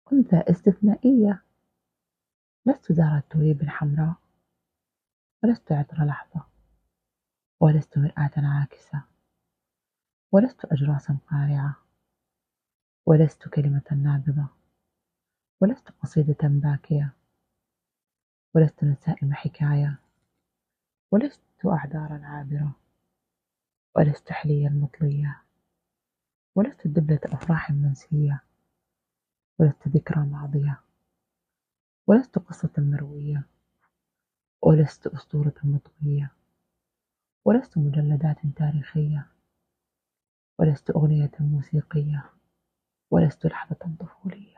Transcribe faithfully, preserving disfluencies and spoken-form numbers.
أنثى استثنائية. لست زهرة تهيب حمراء، ولست عطر لحظة، ولست مرآة عاكسة، ولست أجراسا قارعة، ولست كلمة نابضة، ولست قصيدة باكية، ولست نسائم حكاية، ولست أعذارا عابرة، ولست حليا مطلية، ولست دبلة أفراح منسية، ولست ذكرى ماضية، ولست قصة مروية، ولست أسطورة مطوية، ولست مجلدات تاريخية، ولست أغنية موسيقية، ولست لحظة طفولية.